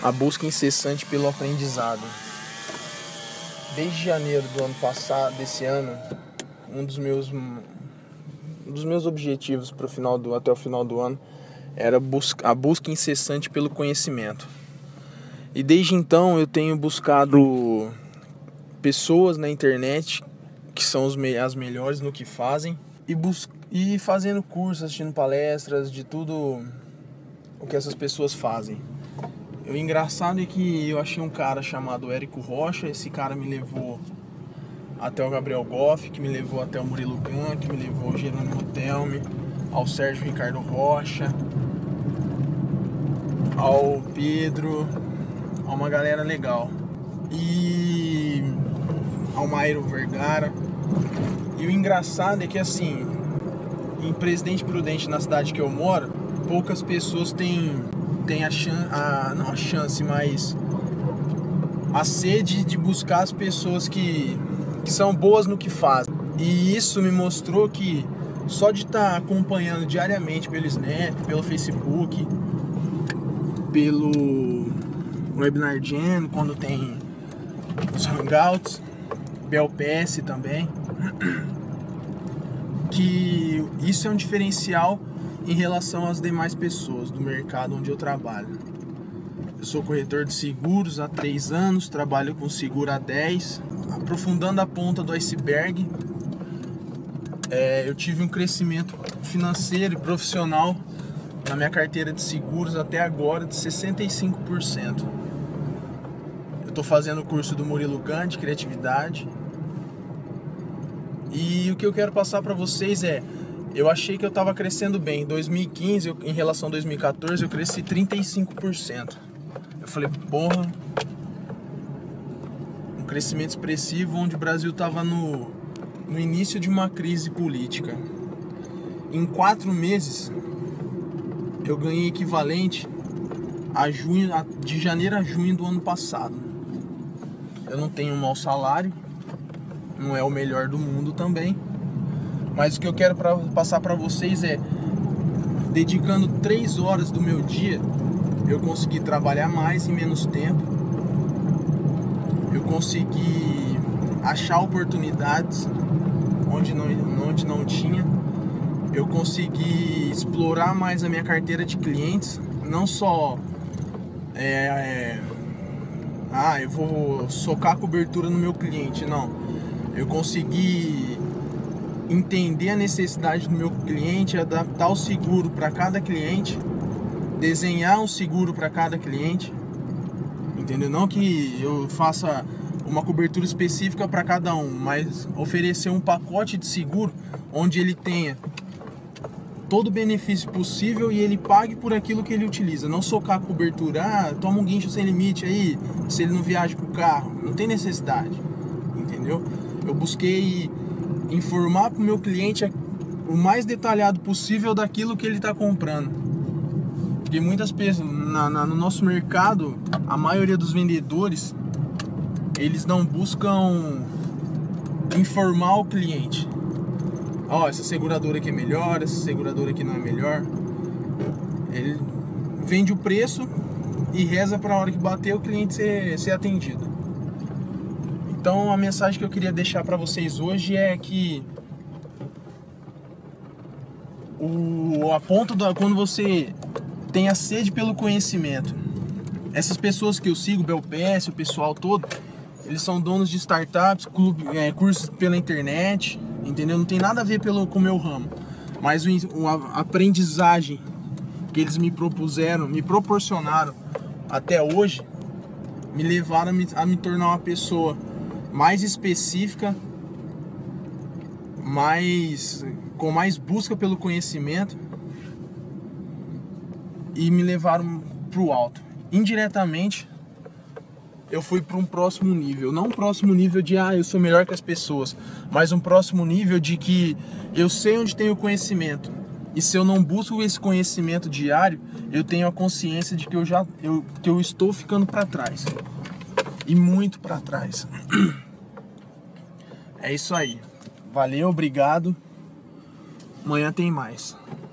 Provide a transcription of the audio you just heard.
A busca incessante pelo aprendizado. Desde janeiro do ano passado, desse ano, um dos meus objetivos até o final do ano era a busca incessante pelo conhecimento. E desde então eu tenho buscado pessoas na internet que são as melhores no que fazem e fazendo cursos, assistindo palestras de tudo o que essas pessoas fazem. O engraçado é que eu achei um cara chamado Érico Rocha. Esse cara me levou até o Gabriel Goff, que me levou até o Murilo Gun, que me levou ao Jerônimo Telme, ao Sérgio Ricardo Rocha, ao Pedro, a uma galera legal, e ao Mairo Vergara. E o engraçado é que, assim, em Presidente Prudente, na cidade que eu moro, poucas pessoas têm a sede de buscar as pessoas que são boas no que fazem. E isso me mostrou que só de estar acompanhando diariamente pelo Snap, pelo Facebook, pelo Webinar Jam, quando tem os Hangouts, BLPS também, que isso é um diferencial em relação às demais pessoas do mercado onde eu trabalho. Eu sou corretor de seguros há 3 anos, trabalho com seguro há 10. Aprofundando a ponta do iceberg, eu tive um crescimento financeiro e profissional na minha carteira de seguros até agora de 65%. Eu estou fazendo o curso do Murilo Gun de criatividade. E o que eu quero passar para vocês eu achei que eu estava crescendo bem. Em 2015, em relação a 2014, eu cresci 35%. Eu falei, porra, um crescimento expressivo onde o Brasil estava no início de uma crise política. Em 4 meses, eu ganhei equivalente de janeiro a junho do ano passado. Eu não tenho um mau salário, não é o melhor do mundo também, mas o que eu quero passar para vocês dedicando 3 horas do meu dia, eu consegui trabalhar mais em menos tempo, eu consegui achar oportunidades onde não tinha, eu consegui explorar mais a minha carteira de clientes, não só eu vou socar a cobertura no meu cliente, não. Eu consegui entender a necessidade do meu cliente, adaptar o seguro para cada cliente, desenhar um seguro para cada cliente, entendeu? Não que eu faça uma cobertura específica para cada um, mas oferecer um pacote de seguro onde ele tenha todo o benefício possível e ele pague por aquilo que ele utiliza. Não socar a cobertura, toma um guincho sem limite aí, se ele não viaja com o carro, não tem necessidade, entendeu? Eu busquei informar para o meu cliente o mais detalhado possível daquilo que ele está comprando. Porque muitas pessoas, no nosso mercado, a maioria dos vendedores, eles não buscam informar o cliente. Essa seguradora aqui é melhor, essa seguradora aqui não é melhor. Ele vende o preço e reza para a hora que bater o cliente ser atendido. Então a mensagem que eu queria deixar para vocês hoje é que quando você tem a sede pelo conhecimento, essas pessoas que eu sigo, o BLPS, o pessoal todo, eles são donos de startups, cursos pela internet, entendeu? Não tem nada a ver com o meu ramo, mas a aprendizagem que eles me proporcionaram até hoje, me levaram a me tornar uma pessoa mais específica, com mais busca pelo conhecimento, e me levaram pro alto. Indiretamente, eu fui para um próximo nível. Não um próximo nível de eu sou melhor que as pessoas, mas um próximo nível de que eu sei onde tem o conhecimento. E se eu não busco esse conhecimento diário, eu tenho a consciência de que eu estou ficando para trás. E muito para trás. É isso aí. Valeu, obrigado. Amanhã tem mais.